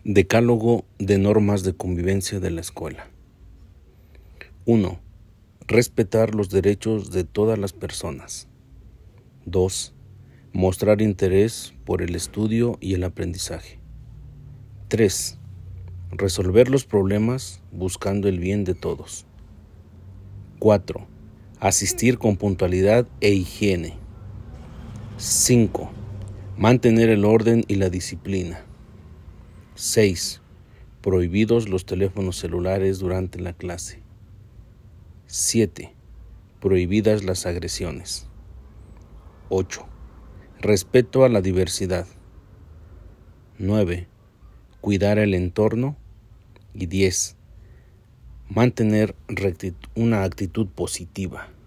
Decálogo de normas de convivencia de la escuela. 1. Respetar los derechos de todas las personas. 2. Mostrar interés por el estudio y el aprendizaje. 3. Resolver los problemas buscando el bien de todos. 4. Asistir con puntualidad e higiene. 5. Mantener el orden y la disciplina. 6. Prohibidos los teléfonos celulares durante la clase. 7. Prohibidas las agresiones. 8. Respeto a la diversidad. 9. Cuidar el entorno. Y 10. Mantener una actitud positiva.